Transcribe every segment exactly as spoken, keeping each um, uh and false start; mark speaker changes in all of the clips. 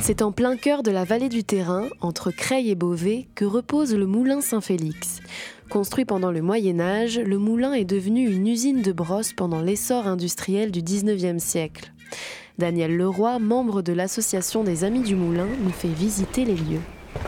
Speaker 1: C'est en plein cœur de la vallée du Thérin, entre Creil et Beauvais, que repose le moulin Saint-Félix. Construit pendant le Moyen-Âge, le moulin est devenu une usine de brosse pendant l'essor industriel du dix-neuvième siècle. Daniel Leroy, membre de l'association des Amis du Moulin, nous fait visiter les lieux.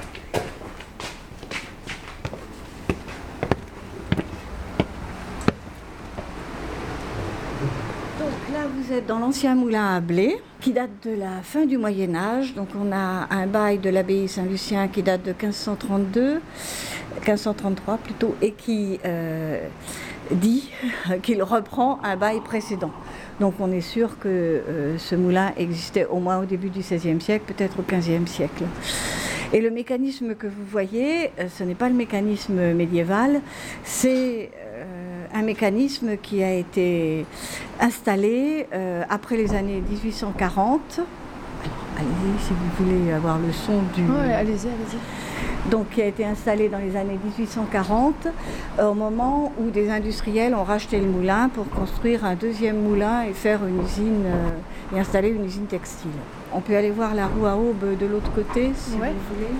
Speaker 2: Donc là, vous êtes dans l'ancien moulin à blé, qui date de la fin du Moyen-Âge. Donc on a un bail de l'abbaye Saint-Lucien qui date de quinze cent trente-deux, quinze cent trente-trois plutôt, et qui euh, dit qu'il reprend un bail précédent. Donc on est sûr que euh, ce moulin existait au moins au début du seizième siècle, peut-être au quinzième siècle. Et le mécanisme que vous voyez, euh, ce n'est pas le mécanisme médiéval, c'est euh, un mécanisme qui a été installé euh, après les années dix-huit cent quarante. Alors, allez-y si vous voulez avoir le son du...
Speaker 1: Oui, allez-y, allez-y.
Speaker 2: Donc, qui a été installé dans les années dix-huit cent quarante, euh, au moment où des industriels ont racheté le moulin pour construire un deuxième moulin et faire une usine euh, et installer une usine textile. On peut aller voir la roue à aube de l'autre côté, si ouais. vous voulez.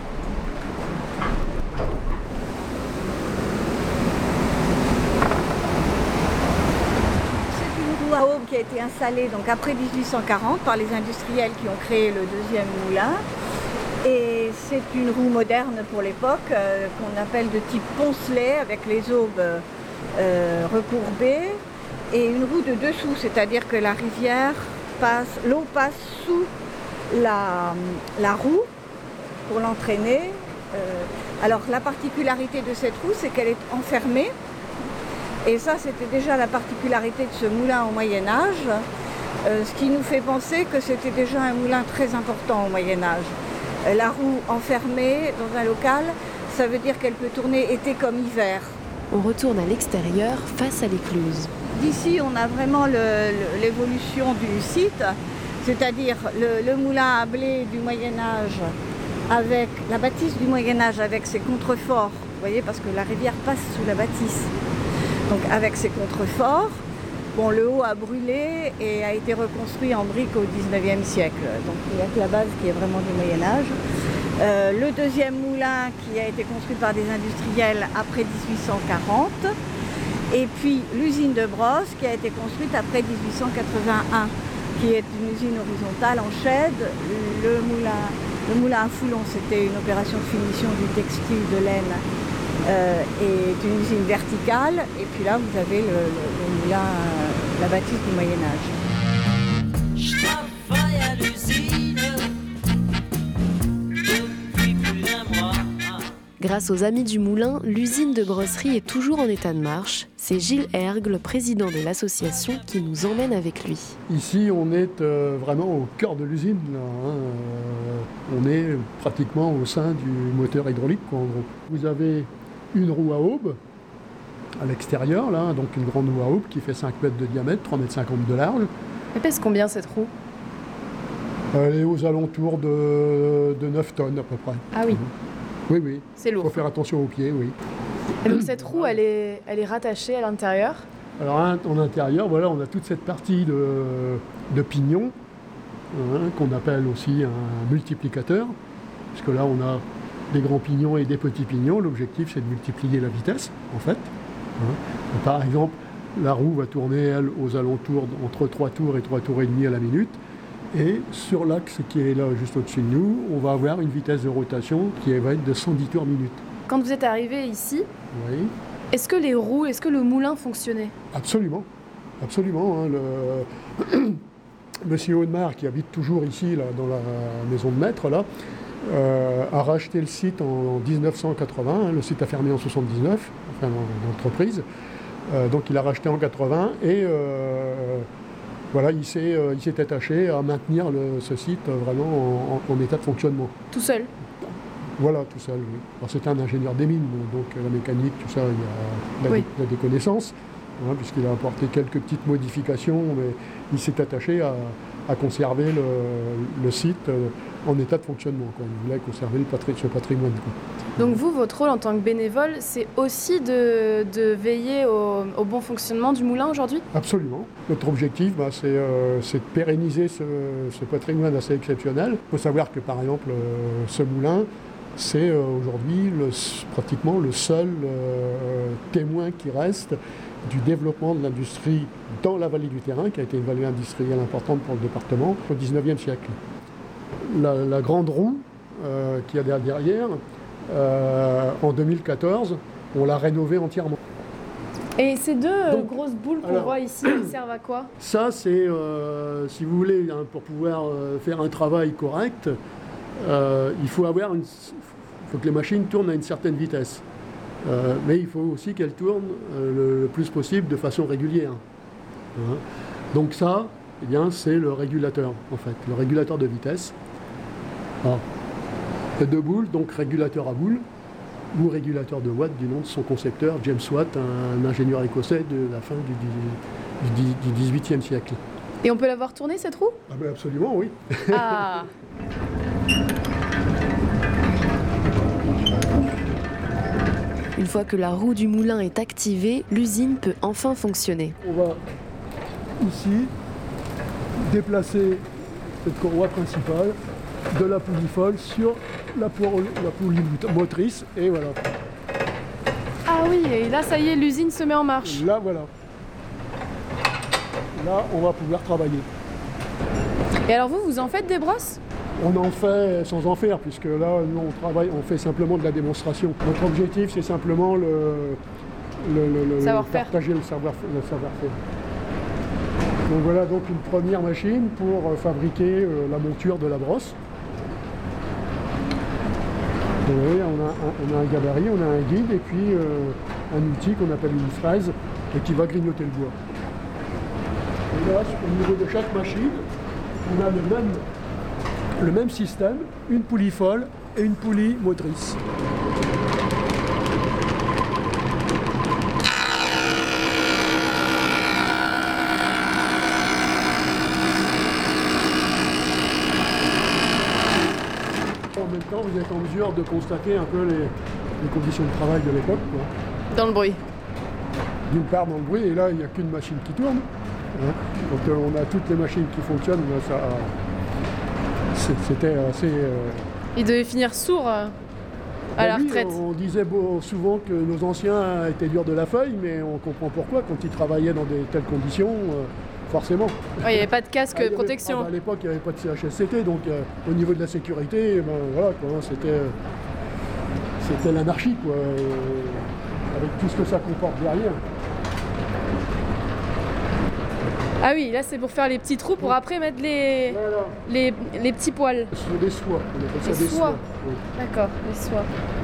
Speaker 2: C'est une roue à aube qui a été installée donc après dix-huit cent quarante par les industriels qui ont créé le deuxième moulin. Et c'est une roue moderne pour l'époque, euh, qu'on appelle de type poncelet, avec les aubes euh, recourbées, et une roue de dessous, c'est-à-dire que la rivière passe, l'eau passe sous la, la roue pour l'entraîner. Euh, alors la particularité de cette roue, c'est qu'elle est enfermée, et ça c'était déjà la particularité de ce moulin au Moyen-Âge, euh, ce qui nous fait penser que c'était déjà un moulin très important au Moyen-Âge. La roue enfermée dans un local, ça veut dire qu'elle peut tourner été comme hiver.
Speaker 1: On retourne à l'extérieur, face à l'écluse.
Speaker 2: D'ici, on a vraiment le, le, l'évolution du site, c'est-à-dire le, le moulin à blé du Moyen-Âge, avec la bâtisse du Moyen-Âge, avec ses contreforts, vous voyez, parce que la rivière passe sous la bâtisse. Donc avec ses contreforts, bon, le haut a brûlé et a été reconstruit en briques au dix-neuvième siècle. Donc il n'y a que la base qui est vraiment du Moyen-Âge. Euh, le deuxième moulin qui a été construit par des industriels après dix-huit cent quarante. Et puis l'usine de brosse qui a été construite après dix-huit cent quatre-vingt-un, qui est une usine horizontale en chède. Le moulin, le moulin à foulon, c'était une opération de finition du textile de laine. Euh, est une usine verticale, et puis là vous avez le, le, le moulin, euh, la bâtisse du Moyen-Âge. Je travaille à l'usine
Speaker 1: depuis plus d'un mois. Grâce aux Amis du Moulin, l'usine de brosserie est toujours en état de marche. C'est Gilles Ergue, le président de l'association, qui nous emmène avec lui.
Speaker 3: Ici, on est euh, vraiment au cœur de l'usine. Là, hein. euh, on est pratiquement au sein du moteur hydraulique, quoi, en gros. Vous avez une roue à aube à l'extérieur, là, donc une grande roue à aube qui fait cinq mètres de diamètre, trois mètres cinquante de large.
Speaker 1: Elle pèse combien cette roue ?
Speaker 3: Elle est aux alentours de, de neuf tonnes à peu près.
Speaker 1: Ah oui.
Speaker 3: Oui, oui.
Speaker 1: C'est lourd.
Speaker 3: Il faut faire attention aux pieds, oui.
Speaker 1: Et donc cette roue, elle est, elle est rattachée à l'intérieur ?
Speaker 3: Alors en intérieur, voilà, on a toute cette partie de, de pignon, hein, qu'on appelle aussi un multiplicateur, parce que là on a des grands pignons et des petits pignons. L'objectif, c'est de multiplier la vitesse, en fait. Hein. Par exemple, la roue va tourner, elle, aux alentours entre trois tours et trois tours et demi à la minute. Et sur l'axe qui est là, juste au-dessus de nous, on va avoir une vitesse de rotation qui va être de cent dix tours minute.
Speaker 1: Quand vous êtes arrivé ici,
Speaker 3: oui.
Speaker 1: Est-ce que les roues, est-ce que le moulin fonctionnait ?
Speaker 3: Absolument. Absolument. Hein. Le... Monsieur Audemars, qui habite toujours ici, là, dans la maison de maître, là, Euh, a racheté le site en dix-neuf cent quatre-vingts, hein, le site a fermé en soixante-dix-neuf, enfin l'entreprise, euh, donc il a racheté en quatre-vingts et euh, voilà, il s'est, euh, il s'est attaché à maintenir le, ce site vraiment en, en, en état de fonctionnement.
Speaker 1: Tout seul ?
Speaker 3: Voilà, tout seul, oui. Alors c'était un ingénieur des mines, donc la mécanique, tout ça, il a, il a, oui. des, il a des connaissances, hein, puisqu'il a apporté quelques petites modifications, mais il s'est attaché à, à conserver le, le site. Euh, en état de fonctionnement, quoi. On voulait conserver le patri- ce patrimoine, quoi.
Speaker 4: Donc vous, votre rôle en tant que bénévole, c'est aussi de, de veiller au, au bon fonctionnement du moulin aujourd'hui ?
Speaker 3: Absolument. Notre objectif, bah, c'est, euh, c'est de pérenniser ce, ce patrimoine assez exceptionnel. Il faut savoir que, par exemple, euh, ce moulin, c'est euh, aujourd'hui le, pratiquement le seul euh, témoin qui reste du développement de l'industrie dans la vallée du Terrain, qui a été une vallée industrielle importante pour le département au dix-neuvième siècle. La, la grande roue euh, qu'il y a derrière, euh, en deux mille quatorze, on l'a rénovée entièrement.
Speaker 4: Et ces deux euh,
Speaker 3: Donc,
Speaker 4: grosses boules qu'on
Speaker 3: alors,
Speaker 4: voit ici, elles servent à quoi ?
Speaker 3: Ça, c'est, euh, si vous voulez, hein, pour pouvoir euh, faire un travail correct, euh, il faut avoir une, faut que les machines tournent à une certaine vitesse. Euh, mais il faut aussi qu'elles tournent euh, le, le plus possible de façon régulière. Hein. Donc ça, eh bien, c'est le régulateur, en fait, le régulateur de vitesse. Alors, les deux boules, donc régulateur à boules, ou régulateur de Watt, du nom de son concepteur, James Watt, un ingénieur écossais de la fin du, du, du dix-huitième siècle.
Speaker 4: Et on peut la voir tourner, cette roue ?
Speaker 3: Ah ben absolument, oui.
Speaker 4: Ah.
Speaker 1: Une fois que la roue du moulin est activée, l'usine peut enfin fonctionner.
Speaker 3: On va ici déplacer cette courroie principale de la poulie folle sur la, pour- la poulie motrice, et voilà.
Speaker 4: Ah oui, et là, ça y est, l'usine se met en marche.
Speaker 3: Là, voilà. Là, on va pouvoir travailler.
Speaker 4: Et alors vous, vous en faites des brosses ?
Speaker 3: On en fait sans en faire, puisque là, nous, on travaille, on fait simplement de la démonstration. Notre objectif, c'est simplement le, le, le- le-
Speaker 4: Savoir-faire.
Speaker 3: partager le savoir, le savoir-faire. Donc voilà donc une première machine pour euh, fabriquer euh, la monture de la brosse. Vous voyez, on a, un, on a un gabarit, on a un guide et puis euh, un outil qu'on appelle une fraise et qui va grignoter le bois. Et là, au niveau de chaque machine, on a le même, le même système, une poulie folle et une poulie motrice. En même temps, vous êtes en mesure de constater un peu les, les conditions de travail de l'époque, quoi.
Speaker 4: Dans le bruit.
Speaker 3: D'une part dans le bruit, et là il n'y a qu'une machine qui tourne. Hein. Donc euh, on a toutes les machines qui fonctionnent. Là, ça, c'est- c'était assez. euh,
Speaker 4: Il devait finir sourd euh, à
Speaker 3: ben
Speaker 4: la
Speaker 3: oui,
Speaker 4: retraite.
Speaker 3: On disait beau- souvent que nos anciens étaient durs de la feuille, mais on comprend pourquoi. Quand ils travaillaient dans des telles conditions, euh, forcément.
Speaker 4: Ouais, il n'y avait pas de casque
Speaker 3: Ah, il y
Speaker 4: de
Speaker 3: avait-
Speaker 4: protection.
Speaker 3: ah, bah, à l'époque, il n'y avait pas de C H S C T, donc euh, au niveau de la sécurité, ben, voilà, quoi, hein, c'était, euh, c'était l'anarchie, quoi, euh, avec tout ce que ça comporte derrière.
Speaker 4: Ah oui, là c'est pour faire les petits trous pour après mettre les,
Speaker 3: Voilà.
Speaker 4: les, les petits poils.
Speaker 3: Ce sont des soies, on appelle ça
Speaker 4: Des
Speaker 3: des
Speaker 4: soies.
Speaker 3: soies. Oui.
Speaker 4: D'accord, les soies.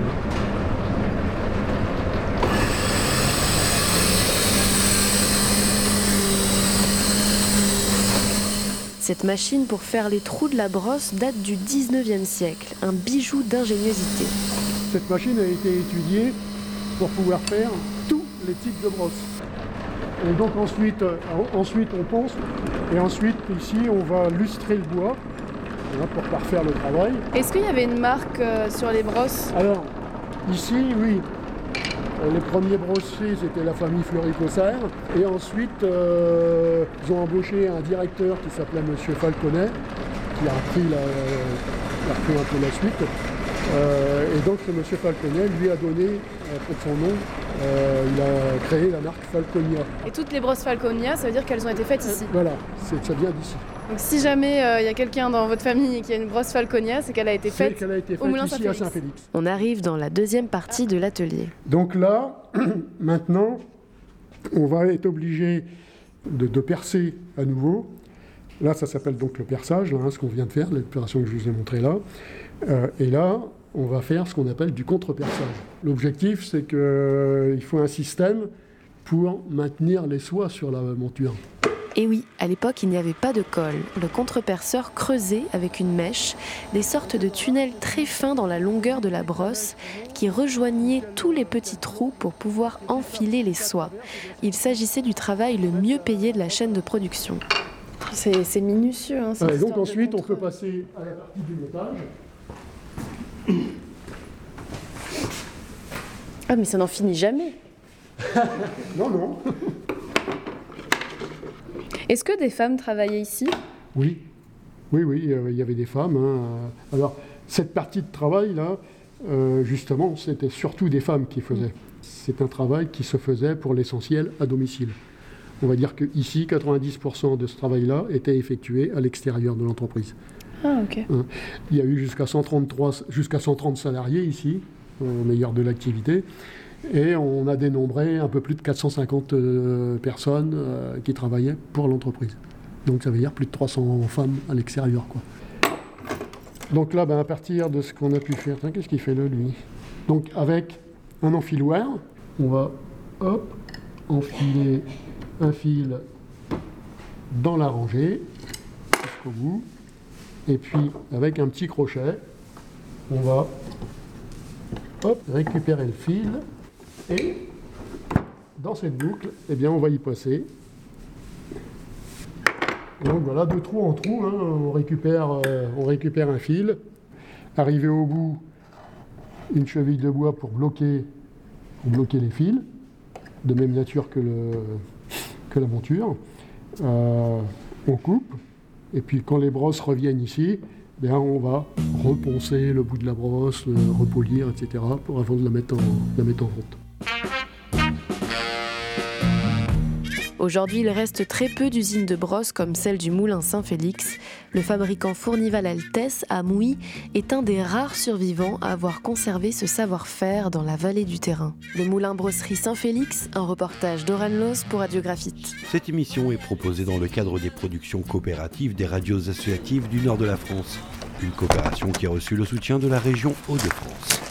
Speaker 1: Cette machine pour faire les trous de la brosse date du dix-neuvième siècle, un bijou d'ingéniosité.
Speaker 3: Cette machine a été étudiée pour pouvoir faire tous les types de brosses. Et donc ensuite, euh, ensuite on ponce, et ensuite ici on va lustrer le bois, voilà, pour parfaire le travail.
Speaker 4: Est-ce qu'il y avait une marque euh, sur les brosses ?
Speaker 3: Alors, ici, oui, euh, les premiers brossiers, c'était la famille Fleury-Cossard. Et ensuite, euh, ils ont embauché un directeur qui s'appelait Monsieur Falconet, qui a repris, la, qui a repris un peu la suite. Euh, et donc, ce Monsieur Falconet lui a donné, euh, pour son nom, euh, il a créé la marque Falconia.
Speaker 4: Et toutes les brosses Falconia, ça veut dire qu'elles ont été faites ici.
Speaker 3: Voilà, c'est, ça vient d'ici.
Speaker 4: Donc si jamais il euh, y a quelqu'un dans votre famille qui a une brosse Falconia, c'est qu'elle a été
Speaker 3: C'est
Speaker 4: faite
Speaker 3: qu'elle a été
Speaker 4: au
Speaker 3: faite
Speaker 4: Moulin
Speaker 3: ici à
Speaker 4: Saint-Félix.
Speaker 3: Saint-Félix.
Speaker 1: On arrive dans la deuxième partie de l'atelier.
Speaker 3: Donc là, maintenant, on va être obligé de, de percer à nouveau. Là, ça s'appelle donc le perçage, là, hein, ce qu'on vient de faire, l'opération que je vous ai montrée là. Euh, et là, on va faire ce qu'on appelle du contre-perçage. L'objectif, c'est qu'il faut un système pour maintenir les soies sur la monture.
Speaker 1: Et oui, à l'époque, il n'y avait pas de colle. Le contreperceur creusait avec une mèche des sortes de tunnels très fins dans la longueur de la brosse qui rejoignaient tous les petits trous pour pouvoir enfiler les soies. Il s'agissait du travail le mieux payé de la chaîne de production.
Speaker 4: C'est, c'est minutieux. Hein,
Speaker 3: Ouais, donc ensuite, on peut passer à la partie du montage.
Speaker 4: Ah, mais ça n'en finit jamais.
Speaker 3: Non, non.
Speaker 4: Est-ce que des femmes travaillaient ici ?
Speaker 3: Oui, oui, oui, euh, il y avait des femmes. Hein. Alors, cette partie de travail-là, euh, justement, c'était surtout des femmes qui faisaient. C'est un travail qui se faisait pour l'essentiel à domicile. On va dire qu'ici, quatre-vingt-dix pour cent de ce travail-là était effectué à l'extérieur de l'entreprise.
Speaker 4: Ah, ok.
Speaker 3: Hein. Il y a eu jusqu'à cent trente-trois, jusqu'à cent trente salariés ici, au meilleur de l'activité. Et on a dénombré un peu plus de quatre cent cinquante euh, personnes euh, qui travaillaient pour l'entreprise. Donc ça veut dire plus de trois cents femmes à l'extérieur, quoi. Donc là, ben, à partir de ce qu'on a pu faire, tiens, qu'est-ce qu'il fait là, lui ? Donc avec un enfiloir, on va hop, enfiler un fil dans la rangée jusqu'au bout. Et puis avec un petit crochet, on va hop, récupérer le fil. Et dans cette boucle, eh bien, on va y passer. Donc voilà, de trou en trou, hein, on, récupère, euh, on récupère un fil. Arrivé au bout, une cheville de bois pour bloquer, pour bloquer les fils, de même nature que, le, que la monture. Euh, on coupe, et puis quand les brosses reviennent ici, eh bien, on va reponcer le bout de la brosse, euh, repolir, et cetera, pour, avant de la mettre en, la mettre en route.
Speaker 1: Aujourd'hui, il reste très peu d'usines de brosse comme celle du moulin Saint-Félix. Le fabricant Fournival Altesse à Mouilly est un des rares survivants à avoir conservé ce savoir-faire dans la vallée du Terrain. Le moulin brosserie Saint-Félix, un reportage d'Oran Loos pour Radiographite.
Speaker 5: Cette émission est proposée dans le cadre des productions coopératives des radios associatives du nord de la France. Une coopération qui a reçu le soutien de la région Hauts-de-France.